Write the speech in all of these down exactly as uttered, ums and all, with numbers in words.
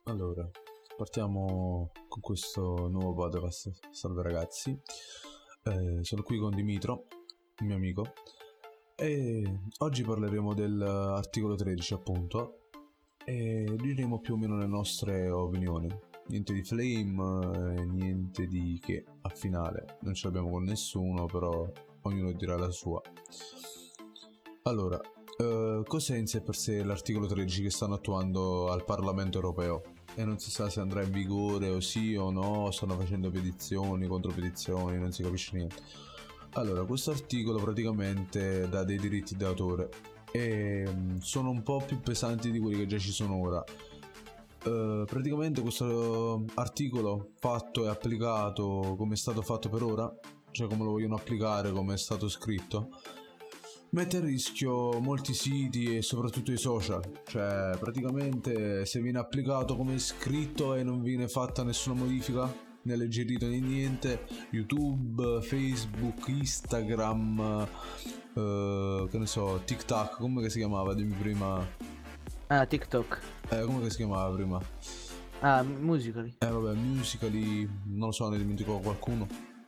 Allora, partiamo con questo nuovo podcast. Salve ragazzi, eh, sono qui con Dimitro, il mio amico, e oggi parleremo dell'articolo tredici, appunto, e diremo più o meno le nostre opinioni. Niente di flame, eh, niente di che a finale, non ce l'abbiamo con nessuno, però ognuno dirà la sua. Allora, Uh, cos'è in sé per sé l'articolo tredici che stanno attuando al Parlamento europeo? E non si sa se andrà in vigore o sì o no, stanno facendo petizioni, contropetizioni, non si capisce niente. Allora, questo articolo praticamente dà dei diritti d'autore e um, sono un po' più pesanti di quelli che già ci sono ora. Uh, praticamente questo articolo fatto e applicato come è stato fatto per ora, cioè come lo vogliono applicare, come è stato scritto, mette a rischio molti siti e soprattutto i social. Cioè praticamente se viene applicato come è scritto e non viene fatta nessuna modifica, né alleggerito né niente, YouTube, Facebook, Instagram, eh, che ne so, TikTok, come si chiamava? Dimmi prima. Ah, TikTok. Eh, come si chiamava prima? Ah, Musical.ly. Eh vabbè, Musical.ly, non lo so, ne dimentico qualcuno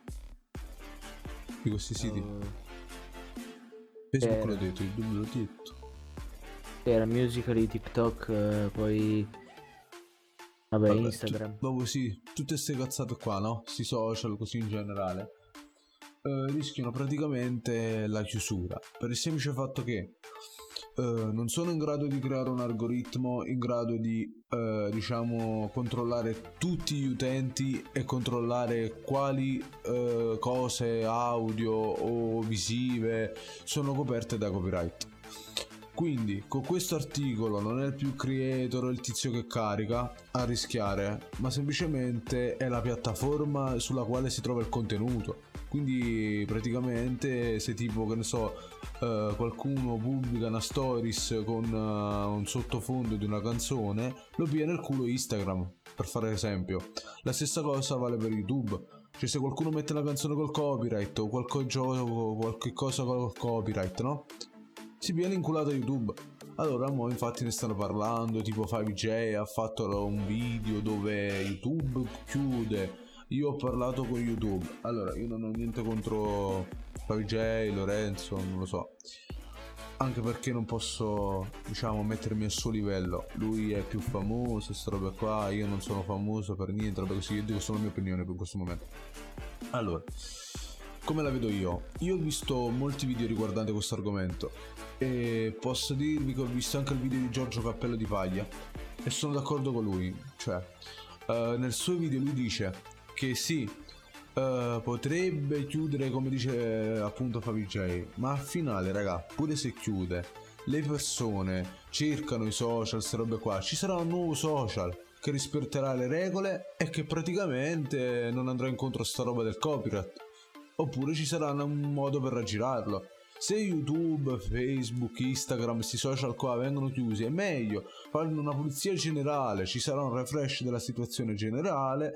di questi siti. Uh... Facebook l'ho detto, YouTube l'ho detto. Era Musical.ly, TikTok, eh, poi vabbè, vabbè Instagram. Tu, dopo sì, tutte queste cazzate qua, no? Sti social così in generale eh, rischiano praticamente la chiusura, per il semplice fatto che eh, non sono in grado di creare un algoritmo in grado di eh, diciamo controllare tutti gli utenti e controllare quali eh, cose audio o visive sono coperte da copyright. Quindi con questo articolo non è il più creator o il tizio che carica a rischiare, ma semplicemente è la piattaforma sulla quale si trova il contenuto. Quindi praticamente se tipo, che ne so, uh, qualcuno pubblica una stories con uh, un sottofondo di una canzone, lo pia nel culo Instagram, per fare esempio. La stessa cosa vale per YouTube. Cioè se qualcuno mette una canzone col copyright o qualche gioco, qualche cosa col copyright, no? Si viene inculato a YouTube. Allora mo infatti ne stanno parlando, tipo five J ha fatto un video dove YouTube chiude. Io ho parlato con YouTube. Allora io non ho niente contro five J, Lorenzo, non lo so, anche perché non posso, diciamo, mettermi al suo livello. Lui è più famoso, queste robe qua. Io non sono famoso per niente, roba così. Io dico solo la mia opinione per questo momento. Allora, come la vedo io? Io ho visto molti video riguardanti questo argomento e posso dirvi che ho visto anche il video di Giorgio Cappello di Paglia e sono d'accordo con lui. Cioè uh, nel suo video lui dice che sì, uh, potrebbe chiudere come dice appunto five J, ma al finale raga, pure se chiude, le persone cercano i social, queste robe qua, ci sarà un nuovo social che rispetterà le regole e che praticamente non andrà incontro a sta roba del copyright. Oppure ci sarà un modo per raggirarlo. Se YouTube, Facebook, Instagram, questi social qua vengono chiusi, è meglio fare una pulizia generale, ci sarà un refresh della situazione generale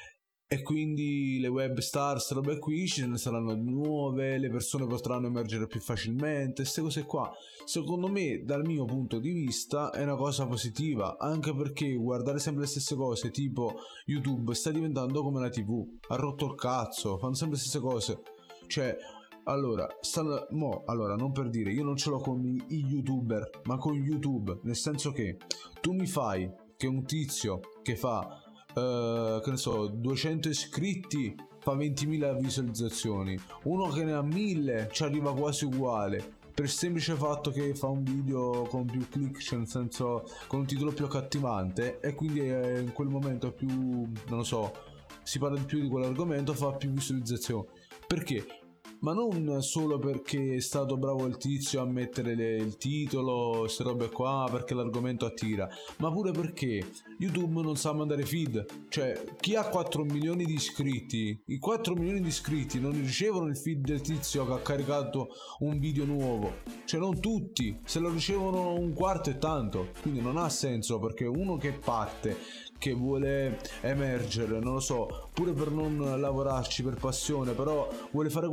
e quindi le web stars, robe qui, ce ne saranno nuove, le persone potranno emergere più facilmente, queste cose qua. Secondo me, dal mio punto di vista, è una cosa positiva, anche perché guardare sempre le stesse cose, tipo YouTube, sta diventando come una tivù, ha rotto il cazzo, fanno sempre le stesse cose. Cioè, allora, stanno, mo, allora, non per dire, io non ce l'ho con i, i YouTuber, ma con YouTube, nel senso che tu mi fai che un tizio che fa Uh, che ne so, duecento iscritti fa ventimila visualizzazioni, uno che ne ha mille ci arriva quasi uguale, per il semplice fatto che fa un video con più click, cioè nel senso con un titolo più accattivante, e quindi è in quel momento è più, non lo so, si parla di più di quell'argomento, fa più visualizzazioni. Perché? Ma non solo perché è stato bravo il tizio a mettere le, il titolo, queste robe qua, perché l'argomento attira, ma pure perché YouTube non sa mandare feed. Cioè, chi ha quattro milioni di iscritti, i quattro milioni di iscritti non ricevono il feed del tizio che ha caricato un video nuovo. Cioè, non tutti, se lo ricevono un quarto è tanto. Quindi non ha senso, perché uno che parte, che vuole emergere, non lo so, pure per non lavorarci per passione, però vuole fare qualche iscritto,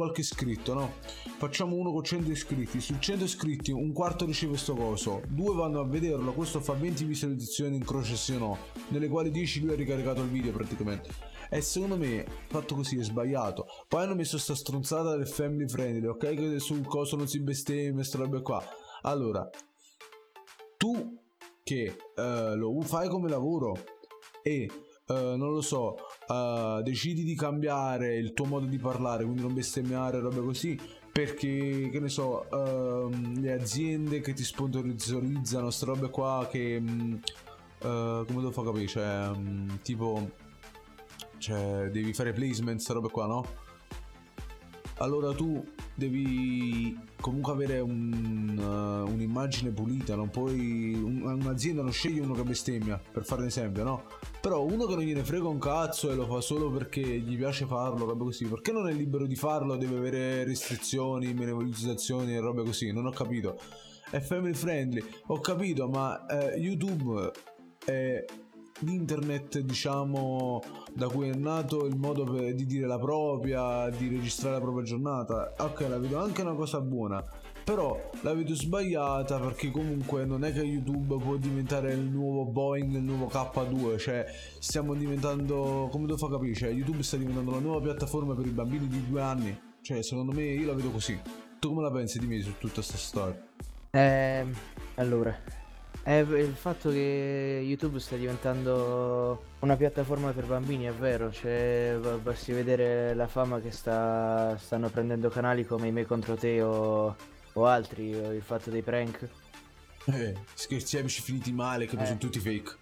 iscritto, no? Facciamo uno con cento iscritti, su cento iscritti un quarto riceve sto coso, due vanno a vederlo, questo fa venti visualizzazioni in croce sì o no, nelle quali dieci lui ha ricaricato il video praticamente. E secondo me fatto così è sbagliato. Poi hanno messo sta stronzata del family friendly, ok, che sul coso non si bestemmia, sta roba qua. Allora, tu che uh, lo fai come lavoro e uh, non lo so, uh, decidi di cambiare il tuo modo di parlare, quindi non bestemmiare, robe così, perché che ne so, uh, le aziende che ti sponsorizzano, queste robe qua che um, uh, come devo far capire, cioè um, tipo, cioè devi fare placement, queste robe qua, no? Allora tu devi comunque avere un, uh, un'immagine pulita, non puoi, un, un'azienda non sceglie uno che bestemmia, per fare un esempio, no? Però uno che non gliene frega un cazzo e lo fa solo perché gli piace farlo, robe così, perché non è libero di farlo, deve avere restrizioni, monetarizzazioni e robe così, non ho capito. È family friendly, ho capito, ma eh, YouTube è l'internet, diciamo, da cui è nato il modo per, di dire la propria, di registrare la propria giornata. Ok, la vedo anche una cosa buona, però la vedo sbagliata, perché comunque non è che YouTube può diventare il nuovo Boeing, il nuovo K due, cioè stiamo diventando, come devo far capire, cioè YouTube sta diventando la nuova piattaforma per i bambini di due anni, cioè secondo me io la vedo così. Tu come la pensi di me su tutta questa storia? Eh, allora, è il fatto che YouTube sta diventando una piattaforma per bambini, è vero, cioè ba- basti vedere la fama che sta, stanno prendendo canali come i Me contro te o, o altri, o il fatto dei prank. Eh, scherzi epici finiti male che poi Eh. sono tutti fake.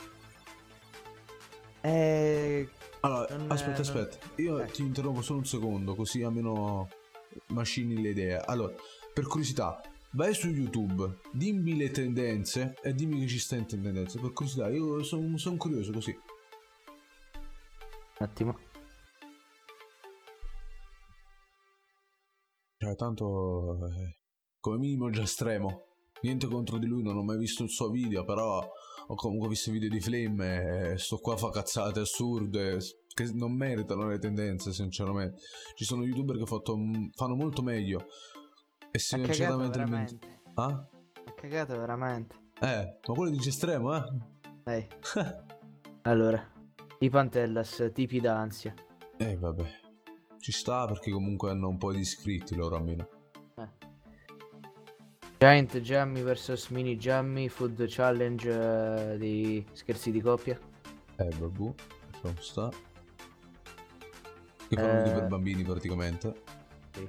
Eh, Allora, non- aspetta, non- aspetta, io eh. ti interrompo solo un secondo, così almeno macini le idee. Allora, per curiosità, vai su YouTube, dimmi le tendenze e dimmi che ci sta in tendenze. Per curiosità, io sono son curioso così. Un attimo. Cioè, tanto eh, come minimo già estremo. Niente contro di lui, non ho mai visto il suo video, però ho comunque visto i video di Flame e sto qua fa cazzate assurde che non meritano le tendenze, sinceramente. Ci sono youtuber che fatto, fanno molto meglio. E Ha cagato sinceramente il ment- veramente. Ah? Ha cagato veramente. Eh, ma quello dice estremo, eh? Ehi. Allora, i Pantellas, tipi d'ansia. Eh, vabbè. Ci sta perché comunque hanno un po' di iscritti loro almeno. Eh. Giant Jammy vs Mini Jammy Food Challenge, eh, di scherzi di coppia. Eh, babù, lasciamo sta. Che fanno video per Eh, bambini praticamente. sì.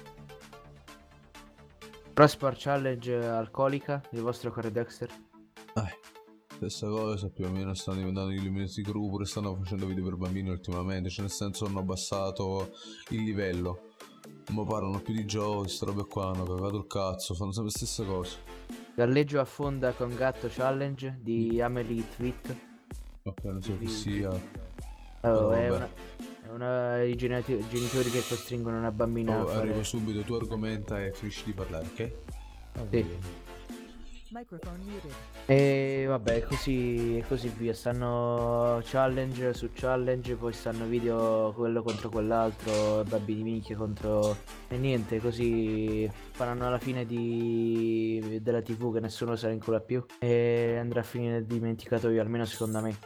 Prosper Challenge alcolica, il vostro Core Dexter. Eh, stessa cosa più o meno, stanno diventando gli Illuminati Crew, pure stanno facendo video per bambini ultimamente, cioè nel senso hanno abbassato il livello. Ma parlano più di giochi, queste robe qua, hanno cagato il cazzo, fanno sempre le stesse cose. Galleggio a fonda con gatto challenge di Amelie Tweet. Ok, non so chi sia. Oh, Però è vabbè. una, è una i geniti- genitori che costringono una bambina Oh, a fare... arrivo subito, tu argomenta e finisci di parlare, ok? Sì. Microphone muted. E vabbè, così e così via. Stanno challenge su challenge, poi stanno video quello contro quell'altro, bambini minchia contro... E niente, così faranno alla fine di... della tivù che nessuno se la incula più. E andrà a finire nel dimenticatoio, almeno secondo me.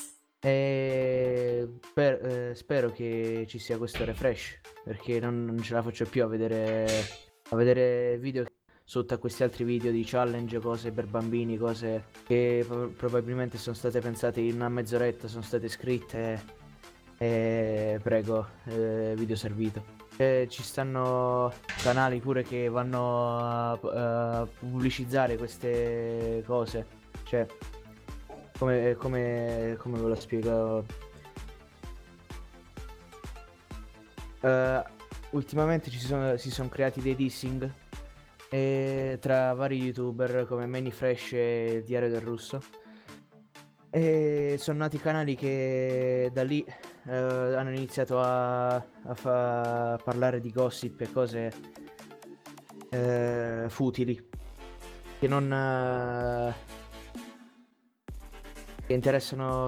E per- eh, spero che ci sia questo refresh, perché non, non ce la faccio più a vedere, a vedere video sotto a questi altri video di challenge, cose per bambini, cose che pro- probabilmente sono state pensate in una mezz'oretta, sono state scritte e prego, eh, video servito. E ci stanno canali pure che vanno a, a pubblicizzare queste cose, cioè come, come, come ve lo spiego? Eh, ultimamente ci sono, si sono creati dei dissing, e tra vari youtuber come Manifresh e il Diario del Russo, e sono nati canali che da lì eh, hanno iniziato a, a fa- parlare di gossip e cose eh, futili che non eh, che interessano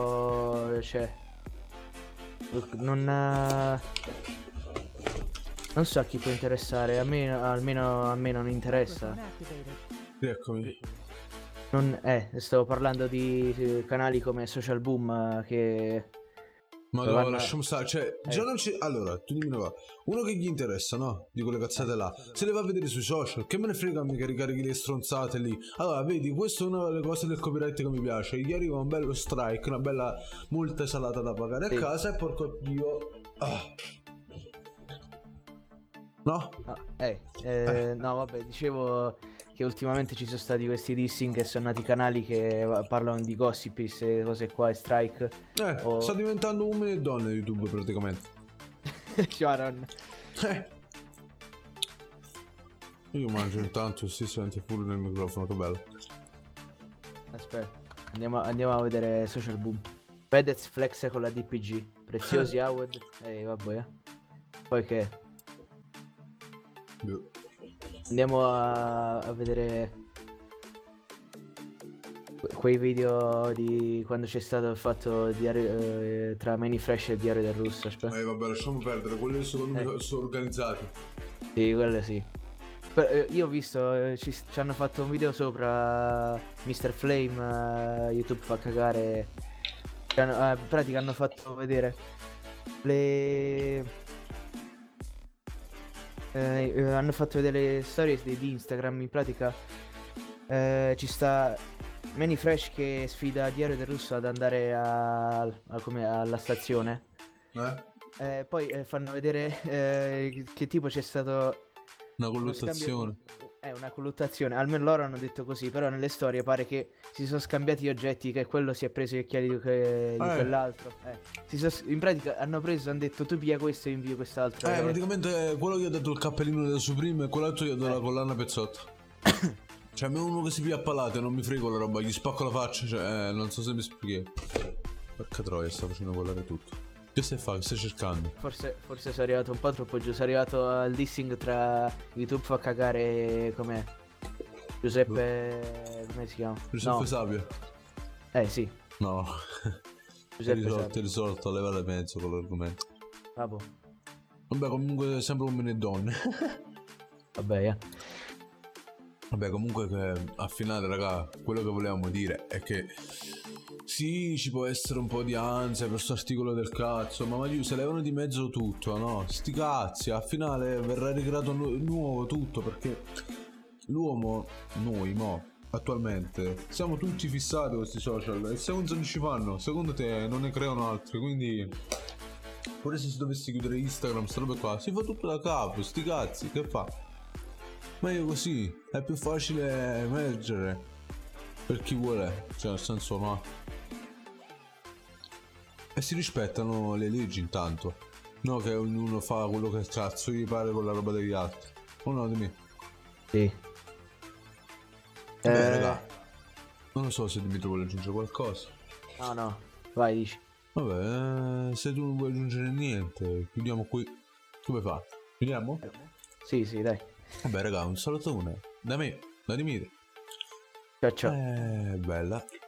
solo, cioè non eh, Non so a chi può interessare, a me, almeno a me non interessa. Microphone activated. Rieccomi. Non, eh, stavo parlando di eh, canali come Social Boom eh, che Ma no, vanno- lasciamo stare, cioè, già Eh. non c'è... Allora, tu dimmi una cosa. Uno che gli interessa, no? Di quelle cazzate là. Se le va a vedere sui social, che me ne frega a me che ricarichi le stronzate lì. Allora, vedi, questa è una delle cose del copyright che mi piace. Gli arriva un bello strike, una bella multa salata da pagare Sì. a casa e porco Dio... Ah. No? ah, eh, eh, no vabbè, dicevo che ultimamente ci sono stati questi dissing che sono nati canali che va- parlano di gossip, queste cose qua e strike. Eh, Oh. sta diventando uomini e donne YouTube praticamente. Sharon. Eh. Io mangio intanto e si sente pure nel microfono, che bello. Aspetta, andiamo, andiamo a vedere Social Boom. Fedez flex con la D P G. Preziosi Howard. Ehi, vabbè. eh. Poi che? Boh. Andiamo a, a vedere que- quei video di quando c'è stato il fatto diario, eh, tra Many Fresh e il diario del russo. Aspetta. Eh vabbè, lasciamo perdere, quelli secondo me Eh. sono organizzati. Sì, quello sì. Per- eh, io ho visto, eh, ci, ci hanno fatto un video sopra mister Flame, eh, YouTube fa cagare. Ci hanno- eh, in pratica hanno fatto vedere le... eh, eh, hanno fatto vedere le storie di, di Instagram, in pratica eh, ci sta Many Fresh che sfida Diario del Russo ad andare a- a- come- alla stazione. Eh? Eh, poi eh, fanno vedere eh, che tipo c'è stato Una uno colluttazione. scambio- è una colluttazione, almeno loro hanno detto così, però nelle storie pare che si sono scambiati oggetti, che quello si è preso gli occhiali di, que- di Eh. quell'altro. Eh. Si so- in pratica hanno preso, hanno detto tu pia questo e io invio quest'altro. Eh, Eh, praticamente eh, quello gli ha dato il cappellino della Supreme e quell'altro gli ha dato la collana pezzotto. Cioè, a me uno che si pia a palate, non mi frego la roba, gli spacco la faccia, cioè, eh, non so se mi spieghi. Porca troia, sta facendo volare tutto. Che stai a fare? Che stai cercando? forse, forse sono arrivato un po' troppo giù, sono arrivato al dissing tra YouTube fa cagare come Giuseppe... come si chiama? Giuseppe No. Sapia? Eh sì, No. È Giuseppe risolto, è Sapia. risolto, leva da mezzo con l'argomento. Vabbè, Vabbè, comunque sempre uomini e donne. vabbè, eh. Vabbè, comunque che a finale, raga, quello che volevamo dire è che sì, ci può essere un po' di ansia per sto articolo del cazzo, ma Magliu se levano di mezzo tutto, no? Sti cazzi, a finale verrà ricreato nu- nuovo tutto, perché l'uomo, noi, mo, attualmente, siamo tutti fissati con questi social e se non ci fanno, secondo te non ne creano altri, quindi... Pure se si dovesse chiudere Instagram, sta roba qua, si fa tutto da capo, sti cazzi, che fa? Meglio così, è più facile emergere per chi vuole, cioè nel senso no. E si rispettano le leggi intanto, no che ognuno fa quello che cazzo gli pare con la roba degli altri. O no, di me? Sì. Beh, Eh, raga, non lo so se Dimitri vuole aggiungere qualcosa. no, no, vai, dici. Vabbè, eh, se tu non vuoi aggiungere niente, chiudiamo qui. Come fa? Chiudiamo? Sì, sì, dai. Vabbè raga, un salutone. Da me, da Dimitri. Ciao, ciao. Eh, bella.